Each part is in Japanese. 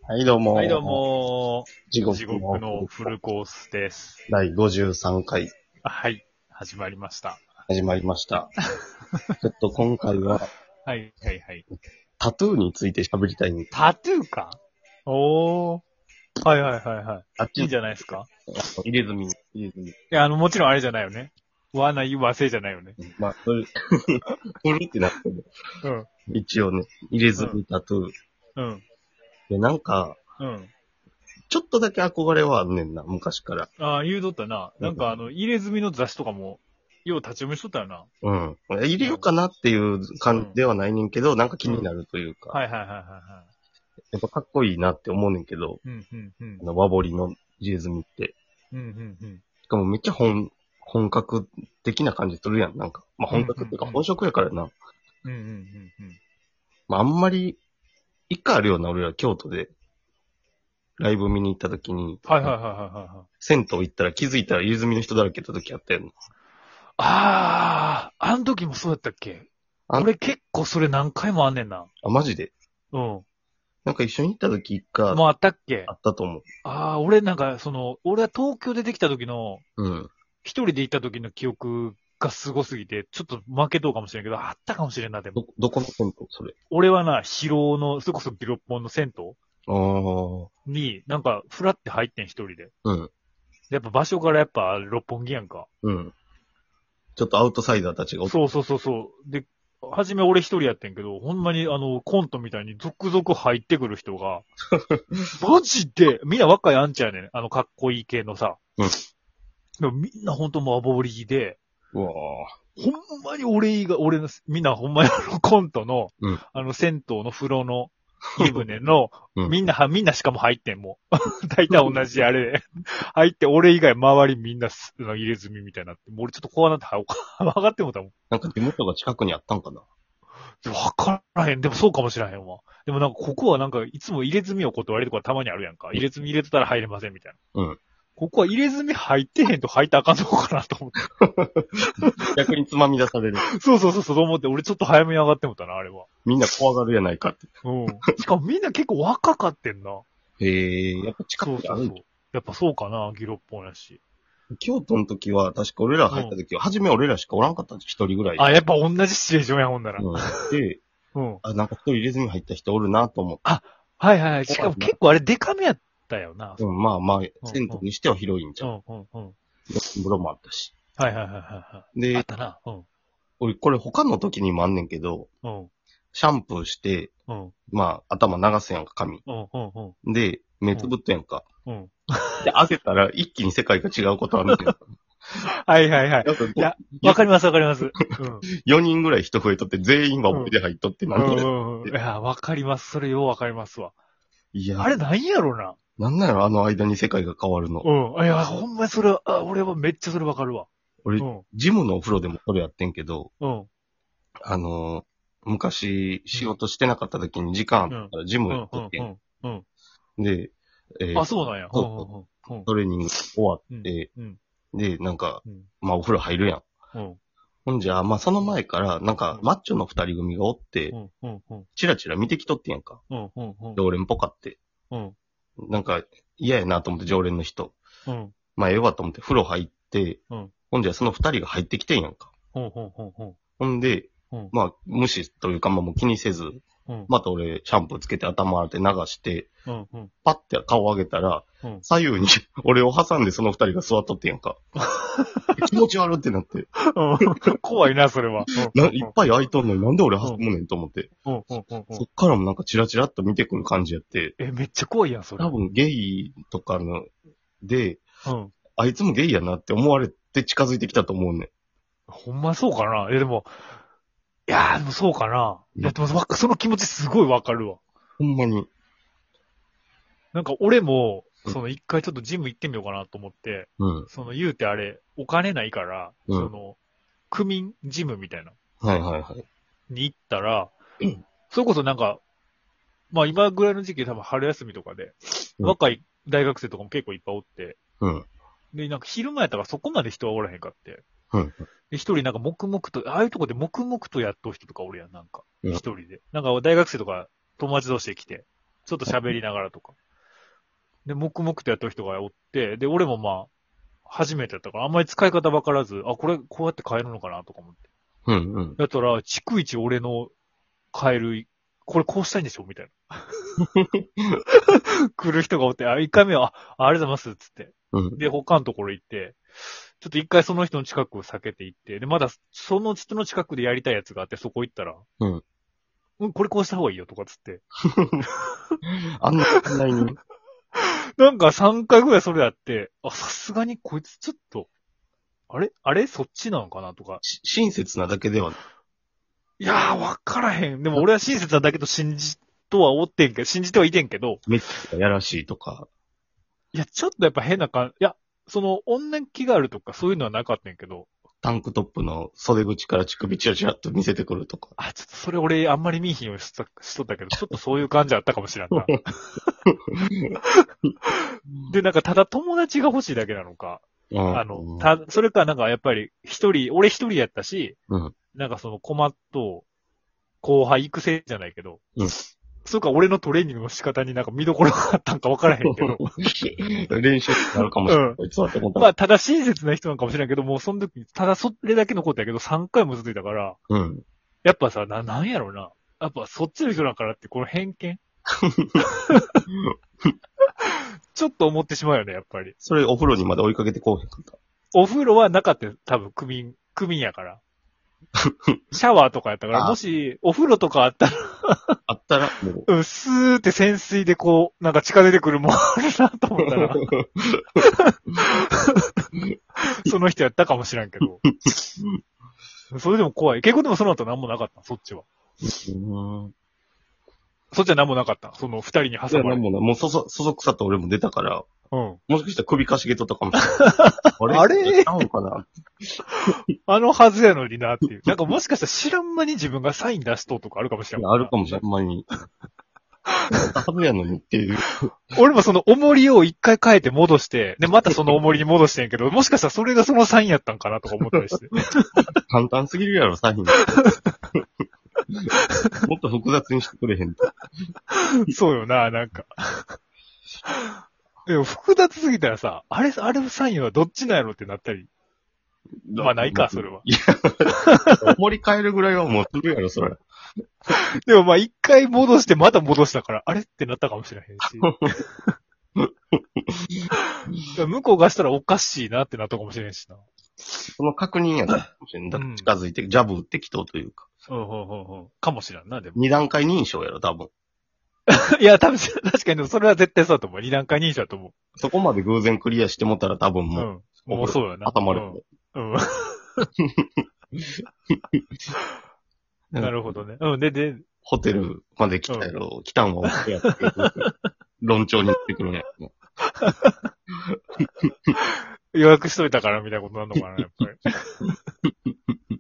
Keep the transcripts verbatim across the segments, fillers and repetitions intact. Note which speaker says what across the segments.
Speaker 1: はいどうも。
Speaker 2: はい、どうも
Speaker 1: 地獄
Speaker 2: 地獄
Speaker 1: の
Speaker 2: のフルコースです。
Speaker 1: だいごじゅうさんかい
Speaker 2: はい、始まりました。
Speaker 1: 始まりました。ちょっと今回は
Speaker 2: はい、はい、はい。
Speaker 1: タトゥーについて喋りたいんです。
Speaker 2: タトゥーかおー。はい、はい、はい、は
Speaker 1: あっ
Speaker 2: い。いいん
Speaker 1: ち
Speaker 2: じゃないですか。
Speaker 1: 入れ墨、入れ墨。
Speaker 2: いや、あの、もちろんあれじゃないよね。罠言わせじゃないよね。
Speaker 1: まあ、それ、それってなっても、
Speaker 2: うん、
Speaker 1: 一応ね、入れ
Speaker 2: うん、
Speaker 1: 墨タトゥー。
Speaker 2: うん、
Speaker 1: で、なんか、
Speaker 2: うん。
Speaker 1: ちょっとだけ憧れはあんねんな、昔から。
Speaker 2: ああ、言うとったな。
Speaker 1: うん。
Speaker 2: なんかあの、入れ墨の雑誌とかも、よう立ち読みしとったよな。
Speaker 1: うん。入れようかなっていう感じではないねんけど、なんか気になるというか、
Speaker 2: はい、はい、はい、はい。は
Speaker 1: やっぱかっこいいなって思うねんけど、
Speaker 2: い。うん、うん、うん
Speaker 1: あ。の和彫りの入れ墨って。
Speaker 2: うん、うん、うん。
Speaker 1: しかもめっちゃ本、本格的な感じするやん。なんか。まあ、本格っていうか
Speaker 2: うんうんうん
Speaker 1: 本職やからな。
Speaker 2: うん、うん、うん、うん。
Speaker 1: まあ、あんまり、一回あるような、俺ら京都で、ライブ見に行った時に、
Speaker 2: はい、はい、はい、はい、はいはい。
Speaker 1: 銭湯行ったら気づいたら入れ墨の人だらけだった時あったやん。
Speaker 2: ああ、あの時もそうやったっけ。
Speaker 1: あ、
Speaker 2: 俺結構それ何回もあんねんな。
Speaker 1: あ、マジで。
Speaker 2: うん。
Speaker 1: なんか一緒に行った時一回
Speaker 2: もうあったっけ。
Speaker 1: あったと思う。
Speaker 2: ああ、俺なんか、その、俺は東京出てきた時の、
Speaker 1: うん。
Speaker 2: 一人で行った時の記憶がすごすぎて、ちょっと負けとうかもしれんけど、あったかもしれんな、でも。
Speaker 1: ど、どこの銭湯それ。
Speaker 2: 俺はな、広尾の、それこそギロッポンの銭湯
Speaker 1: ああ、
Speaker 2: に、なんか、ふらって入ってん、一人で。
Speaker 1: うん、
Speaker 2: やっぱ場所からやっぱ六本木やんか。
Speaker 1: うん。ちょっとアウトサイダーたちがおっ、
Speaker 2: そうそうそうそう。で、初め俺一人やってんけど、ほんまにあの、コントみたいに続々入ってくる人が、マジで、みんな若いあんちゃんやねん。あの、かっこいい系のさ。
Speaker 1: うん
Speaker 2: でもみんなほんともうアボリで、
Speaker 1: うわ
Speaker 2: ほんまに俺以外、俺の、みんなほんまにあのコントの、
Speaker 1: うん
Speaker 2: あの、銭湯の風呂の湯船の、
Speaker 1: うん
Speaker 2: みんなは、みんなしかも入ってん、もう。大体同じあれで。入って、俺以外周りみんなす入れ墨みたいになって、もう俺ちょっと怖なって、は、分かってもうたもん。
Speaker 1: なんか事務所が近くにあったんかな。
Speaker 2: わからへん。でもそうかもしらへんわ。でもなんかここはなんかいつも入れ墨を断れるとかたまにあるやんか。入れ墨入れてたら入れませんみたいな。
Speaker 1: うん。
Speaker 2: ここは入れ墨入ってへんと入ったらあかんのかなと思って。
Speaker 1: 逆につまみ出される。
Speaker 2: そうそうそうそう、そう思って、俺ちょっと早めに上がってもたな、あれは。
Speaker 1: みんな怖がるやないかって。
Speaker 2: うん。しかもみんな結構若かってんな。
Speaker 1: へえ、やっぱ近
Speaker 2: そう
Speaker 1: くにあるんだ。
Speaker 2: そうそう。やっぱそうかな、ギロッポンやし。
Speaker 1: 京都の時は、確か俺ら入った時は、初め俺らしかおらんかったんです、一人ぐらい。
Speaker 2: あ、やっぱ同じシチュエーションや、ほんなら。
Speaker 1: うん。で、
Speaker 2: うん。
Speaker 1: あ、なんか一人入れ墨入った人おるなと思って。
Speaker 2: はいはいはい。しかも結構あれデカめやったよな。
Speaker 1: うん、まあまあ、
Speaker 2: うん
Speaker 1: 銭湯にしては広いんじゃん。
Speaker 2: うんうんうん。
Speaker 1: 風呂もあったし。
Speaker 2: はいはいはいはいはい。あ
Speaker 1: で
Speaker 2: っ、たな。うん。
Speaker 1: 俺これ他の時にもあんねんけど、
Speaker 2: うん。
Speaker 1: シャンプーして、
Speaker 2: うん。
Speaker 1: まあ、頭流すやんか、髪。
Speaker 2: うんうんうん。
Speaker 1: で、目つぶってやんか。
Speaker 2: うん。
Speaker 1: で、開けたら一気に世界が違うことあんねんけど。
Speaker 2: はいはいはい。
Speaker 1: なんか
Speaker 2: いや、わかりますわかります。うん。
Speaker 1: よにんぐらい人増えとって全員は俺で入っとってなん
Speaker 2: うん
Speaker 1: だよ。
Speaker 2: うんうん。いや、わかります。それようわかりますわ。
Speaker 1: いや、
Speaker 2: あれなんやろな。
Speaker 1: なんなのあの間に世界が変わるの。
Speaker 2: うん。いや、ほんまにそれは、あ、俺はめっちゃそれわかるわ。
Speaker 1: 俺、
Speaker 2: うん。
Speaker 1: ジムのお風呂でもそれやってんけど、
Speaker 2: うん。
Speaker 1: あのー昔、仕事してなかった時に時間あったらジム
Speaker 2: うん。うん。
Speaker 1: 行っとってん。
Speaker 2: うん。うん。
Speaker 1: で、えー
Speaker 2: あ、そうなんや。
Speaker 1: そう
Speaker 2: うん。うん。
Speaker 1: トレーニング終わ
Speaker 2: うん。
Speaker 1: って、
Speaker 2: うん。
Speaker 1: で、なんか、
Speaker 2: うん。
Speaker 1: まあお風呂入るやん。
Speaker 2: うん。
Speaker 1: ほんじゃ、まあその前から、なんか
Speaker 2: う、ん
Speaker 1: マッチョの二人組がおって
Speaker 2: う、ん。うん。うん。
Speaker 1: チラチラ見てきとってんやんか。
Speaker 2: うん。うん。
Speaker 1: 常連っぽかって。
Speaker 2: うん。
Speaker 1: なんか、嫌やなと思って常連の人。
Speaker 2: うん。
Speaker 1: まあええわと思って風呂入って、
Speaker 2: うん。
Speaker 1: ほんじゃその二人が入ってきてんやんか。
Speaker 2: うん。うん。うん。
Speaker 1: ほんで、
Speaker 2: うん。
Speaker 1: まあ無視というか、まあもう気にせず、
Speaker 2: うん。
Speaker 1: また俺シャンプーつけて頭洗って流して、
Speaker 2: うん。うん。
Speaker 1: パッて顔上げたら、
Speaker 2: うん
Speaker 1: 左右に俺を挟んでその二人が座っとってんやんか。気持ち悪ってなって。
Speaker 2: 怖いな、それは。
Speaker 1: な、いっぱい空いとんのになんで俺挟むねんと思って。
Speaker 2: うん。うん。うん。うん。
Speaker 1: そっからもなんかチラチラっと見てくる感じやって、
Speaker 2: え、めっちゃ怖いやん、それ。
Speaker 1: 多分ゲイとかの、で、
Speaker 2: うん。
Speaker 1: あいつもゲイやなって思われて近づいてきたと思うねん。
Speaker 2: ほんまそうかな。いや、でも、いやー、でもそうかな。いや、でもわその気持ちすごいわかるわ。
Speaker 1: ほんまに。
Speaker 2: なんか俺も、
Speaker 1: うん
Speaker 2: その一回ちょっとジム行ってみようかなと思って、
Speaker 1: うん。
Speaker 2: その言うてあれ、お金ないから、
Speaker 1: うん
Speaker 2: その、区民ジムみたいな、
Speaker 1: はいはいはい。
Speaker 2: に行ったら、
Speaker 1: うん
Speaker 2: それこそなんか、まあ今ぐらいの時期多分春休みとかで、
Speaker 1: うん
Speaker 2: 若い大学生とかも結構いっぱいおって、
Speaker 1: うん。
Speaker 2: で、なんか昼間やったからそこまで人はおらへんかって。
Speaker 1: うん。
Speaker 2: で、一人なんか黙々と、ああいうとこで黙々とやっとう人とかおるやん、なんか。
Speaker 1: うん
Speaker 2: 一人で。なんか大学生とか友達同士で来て。 ちょっと喋りながらとか。で、黙々とやってる人がおって、で、俺もまあ、初めてやったから、あんまり使い方わからず、あ、これ、こうやって変えるのかなとか思って。
Speaker 1: うんうん。
Speaker 2: やったら、逐一俺の変える、これこうしたいんでしょみたいな。来る人がおって、あ、一回目は、あ、ありがとうございます、つって。
Speaker 1: うん。
Speaker 2: で、他のところ行って、ちょっと一回その人の近くを避けて行って、で、まだその人の近くでやりたいやつがあって、そこ行ったら、
Speaker 1: うん。
Speaker 2: うん、これこうした方がいいよ、とかつって。
Speaker 1: あんな、あんなに。
Speaker 2: なんかさんかいぐらいそれやって、あ、さすがにこいつちょっと、あれあれそっちなのかなとか。
Speaker 1: し親切なだけではない。
Speaker 2: いやー、わからへん。でも俺は親切なだけと信じ、とは思ってんけど、信じてはいてんけど、
Speaker 1: めっちゃやらしいとか。
Speaker 2: いや、ちょっとやっぱ変な感じ、いや、その、女気があるとかそういうのはなかったんやけど、
Speaker 1: タンクトップの袖口から乳首チラチラっと見せてくるとか。
Speaker 2: あ、ちょっとそれ俺あんまり見えひんようにしとしとったけど、ちょっとそういう感じあったかもしれんな。で、なんかただ友達が欲しいだけなのか、あ
Speaker 1: あ
Speaker 2: の、た、それかなんかやっぱり一人、俺一人やったし、
Speaker 1: うん。
Speaker 2: なんかそのコマと後輩育成じゃないけど、
Speaker 1: うん
Speaker 2: それか俺のトレーニングの仕方になんか見どころがあったんか分からへんけど、
Speaker 1: 練習になるかもしれない。そうやって思った。
Speaker 2: まあただ親切な人なんかもしれんけど、もうその時に、ただそれだけのことやけどさんかいも続いたから、
Speaker 1: うん。
Speaker 2: やっぱさ、な、なんやろうな。やっぱそっちの人なんかなってこの偏見ちょっと思ってしまうよね、やっぱり。
Speaker 1: それお風呂にまで追いかけてこうへんかった。
Speaker 2: お風呂はなかったよ多分、区民、区民やから。シャワーとかやったから、
Speaker 1: あ
Speaker 2: もし、お風呂とかあったら、
Speaker 1: あったら、もう。
Speaker 2: うん、スーって潜水でこう、なんか近づいてくるもんあるなと思ったら、その人やったかもしらんけど。それでも怖い。結構でもその後何もなかった、そっちは。
Speaker 1: うん
Speaker 2: そっちは何もなかった。その二人に
Speaker 1: いや、
Speaker 2: 挟まれて。
Speaker 1: なんもな、もうそそ、そそくさと俺も出たから、
Speaker 2: うん。
Speaker 1: もしかしたら首かしげとったかもしれない。
Speaker 2: あれ
Speaker 1: ちゃうんかな。
Speaker 2: あのはずやのになっていう。なんかもしかしたら知らん間に自分がサイン出しとうとかあるかもしれん。
Speaker 1: あるかもしれん、ほんまに。はずやのにっていう。
Speaker 2: 俺もその重りを一回変えて戻して、で、またその重りに戻してんけど、もしかしたらそれがそのサインやったんかなとか思ったりして。
Speaker 1: 簡単すぎるやろ、サイン。もっと複雑にしてくれへんと。
Speaker 2: そうよな、なんか。でも複雑すぎたらさ、あれ、あれサインはどっちなんやろってなったり。まあないか、それは。
Speaker 1: いや、盛り替えるぐらいはもうするやろ、それ。
Speaker 2: でもまあ一回戻してまた戻したから、あれってなったかもしれへんし。向こうがしたらおかしいなってなったかもしれんしな。
Speaker 1: その確認やったかもしれん。だから近づいて、ジャブ打ってきとうというか。
Speaker 2: うんうんうんうん。かもしれんな、でも。
Speaker 1: 二段階認証やろ、多分。
Speaker 2: いや、多分、確かにでもそれは絶対そうだと思う。二段階認証だと思
Speaker 1: そこまで偶然クリアしてもったら多分
Speaker 2: う。う
Speaker 1: もう、
Speaker 2: ん。もうそうだな。
Speaker 1: 頭まで。
Speaker 2: うん。うん。なるほどね。うん。で、で、
Speaker 1: ホテルまで来たやろ、来たんは俺やっていう論調に言ってくるね。
Speaker 2: 予約しといたからみたいなことなのかな、やっぱり。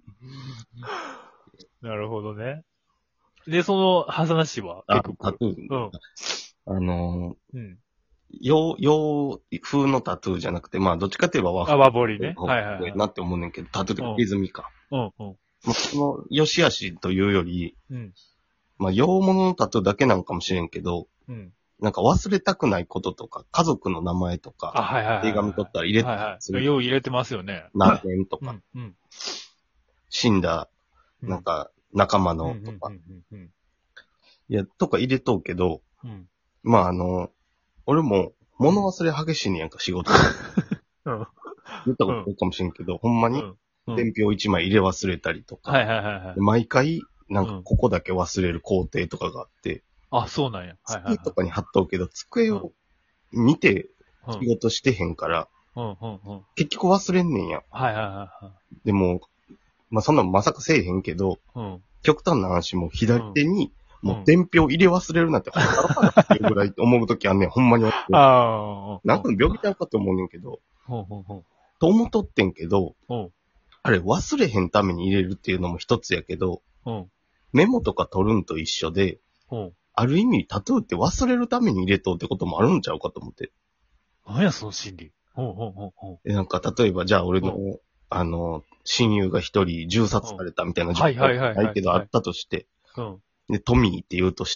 Speaker 2: なるほどね。で、その話は
Speaker 1: あ、
Speaker 2: 結局。
Speaker 1: タトゥー。
Speaker 2: うん。
Speaker 1: あのー、
Speaker 2: うん。
Speaker 1: 洋、洋風のタトゥーじゃなくて、まあ、どっちかといえば和
Speaker 2: あ、和彫りね。
Speaker 1: 風
Speaker 2: はいはいはい。
Speaker 1: なって思うねんけど、タトゥーってリズミか。
Speaker 2: うんうん。
Speaker 1: まあ、その、良し悪しというより、
Speaker 2: うん。
Speaker 1: まあ、洋物のタトゥーだけなんかもしれんけど、
Speaker 2: うん。
Speaker 1: なんか忘れたくないこととか、家族の名前と
Speaker 2: あ、
Speaker 1: か、
Speaker 2: はいはいはい。
Speaker 1: 映画見とったら入れ
Speaker 2: はい
Speaker 1: たりする。
Speaker 2: はい。よう入れてますよね。
Speaker 1: 何年とか、
Speaker 2: うん。うん。
Speaker 1: 死んだ、なんか、仲間のとか
Speaker 2: う、んうんうん
Speaker 1: いや、とか入れとうけど、
Speaker 2: うん。うん。
Speaker 1: まあ、あの、俺も、物忘れ激しいねやんか、仕事。
Speaker 2: うん。
Speaker 1: 言ったことないかもしれんけど、ほんまに、
Speaker 2: うん。うん。
Speaker 1: 伝票一枚入れ忘れたりとか、
Speaker 2: はいはいはいはい
Speaker 1: で。毎回、なんかここだけ忘れる工程とかがあって、
Speaker 2: あ、そうなんや。はいはいはい。
Speaker 1: 机とかに貼っとうけど、机を見て
Speaker 2: うん。
Speaker 1: 仕事してへんから、
Speaker 2: うんうんうん。
Speaker 1: 結局忘れんねんや。
Speaker 2: はいはいは
Speaker 1: でも、まあそんなんまさかせえへんけど、
Speaker 2: いはい。うん。
Speaker 1: 極端な話も左手に、
Speaker 2: うん
Speaker 1: もう伝票入れ忘れるなんて、ほんまかなっていうぐらい思うときあんねん、ほんまに思って。
Speaker 2: ああ。
Speaker 1: なんかの病気ちゃうかと思うねんけど、
Speaker 2: ほうほうほう。
Speaker 1: と思っとってんけど、
Speaker 2: うん。
Speaker 1: あれ忘れへんために入れるっていうのも一つやけど、
Speaker 2: うん。
Speaker 1: メモとか取るんと一緒で、
Speaker 2: うん。
Speaker 1: ある意味タトゥーって忘れるために入れとうってこともあるんちゃうかと思って。
Speaker 2: 何やその心理。ほうほうほうほ
Speaker 1: え、なんか例えばじゃあ俺の、あの、親友が一人銃殺されたみたいな
Speaker 2: はいはいはいはい
Speaker 1: ないけどあったとして、
Speaker 2: う。うん。
Speaker 1: で、トミーって言うとして、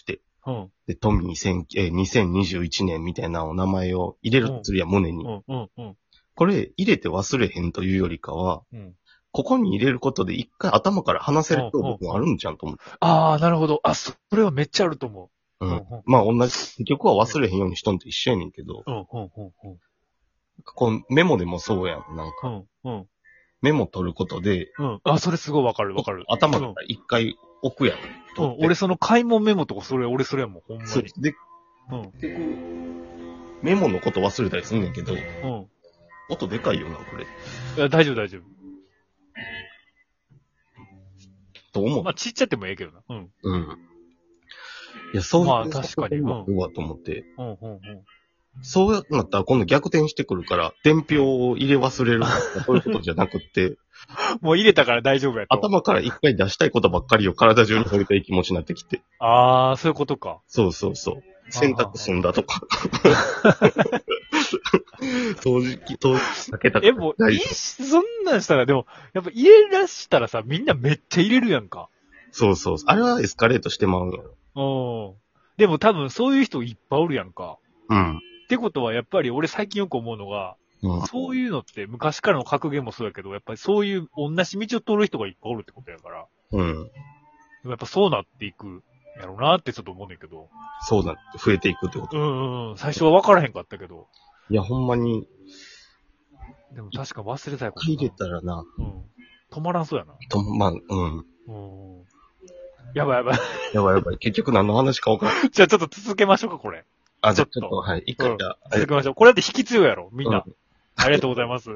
Speaker 2: うん。
Speaker 1: で、トミー千えーにせんにじゅういちねんみたいなお名前を入れるとするやん、胸に。
Speaker 2: うん。うん。うん。
Speaker 1: これ、入れて忘れへんというよりかは、
Speaker 2: うん。
Speaker 1: ここに入れることで一回頭から話せるって僕もあるんじゃんと思って。
Speaker 2: ああ、なるほど。あ、それはめっちゃあると思う。
Speaker 1: うん。
Speaker 2: うんうん
Speaker 1: まあ同じ、結局は忘れへんようにしとんと一緒やねんけど、
Speaker 2: うん。うん。うん。うん。
Speaker 1: こうメモでもそうやん。なん
Speaker 2: う
Speaker 1: か、
Speaker 2: ん。うん。
Speaker 1: メモ取ることで、
Speaker 2: うん。あ、それすごいわかるわかる。
Speaker 1: 頭から一回置くやん。
Speaker 2: うん。
Speaker 1: 取って
Speaker 2: 俺その買い物メモとかそれ、俺それやもん、ほんまに。
Speaker 1: そう。で、
Speaker 2: うん。
Speaker 1: 結局、メモのこと忘れたりすんねんけど、
Speaker 2: うん。
Speaker 1: 音でかいよな、これ。
Speaker 2: いや、大丈夫大丈夫。
Speaker 1: と思う。
Speaker 2: まあ、ちっちゃってもええけどな。うん。
Speaker 1: うん。いや、そういう。
Speaker 2: まあ確かにうん
Speaker 1: うわ、と思って。
Speaker 2: うん。うん。うん。
Speaker 1: そうなったら今度逆転してくるから、伝票を入れ忘れるとかそういうことじゃなくって、
Speaker 2: もう入れたから大丈夫やと。
Speaker 1: 頭から一回出したいことばっかりを体中に掘りたい気持ちになってきて。
Speaker 2: ああ、そういうことか。
Speaker 1: そうそうそう。洗濯済んだとか。掃除機、掃除機かけた
Speaker 2: え、もう、いい
Speaker 1: 大丈夫。
Speaker 2: し、そんなんしたら、でも、やっぱ入れ出したらさ、みんなめっちゃ入れるやんか。
Speaker 1: そうそう。あれはエスカレートしてまうんやろ。
Speaker 2: うん。でも多分そういう人いっぱいおるやんか。
Speaker 1: うん。
Speaker 2: ってことは、やっぱり俺最近よく思うのが、
Speaker 1: うん。
Speaker 2: そういうのって昔からの格言もそうやけど、やっぱりそういう同じ道を通る人がいっぱいおるってことやから、
Speaker 1: うん。
Speaker 2: でもやっぱそうなっていくやろうなってちょっと思うねんけど。
Speaker 1: そうだって増えていくってこと。
Speaker 2: うんうんうん。最初は分からへんかったけど。
Speaker 1: いや、ほんまに、
Speaker 2: でも確か忘れたいことな。
Speaker 1: 入れたらな、
Speaker 2: うん。止まらんそうやな。
Speaker 1: と、まあ、うん。
Speaker 2: うん。やばいやばい。
Speaker 1: やばいやばい。結局何の話か分からん。
Speaker 2: じゃあちょっと続けましょうか、これ。
Speaker 1: あ、じゃあ
Speaker 2: ちょっと
Speaker 1: ちょっと、はい。一回じゃあ、
Speaker 2: 続けましょう。これだって引き強いやろ、みんな。
Speaker 1: うん
Speaker 2: ありがとうございます。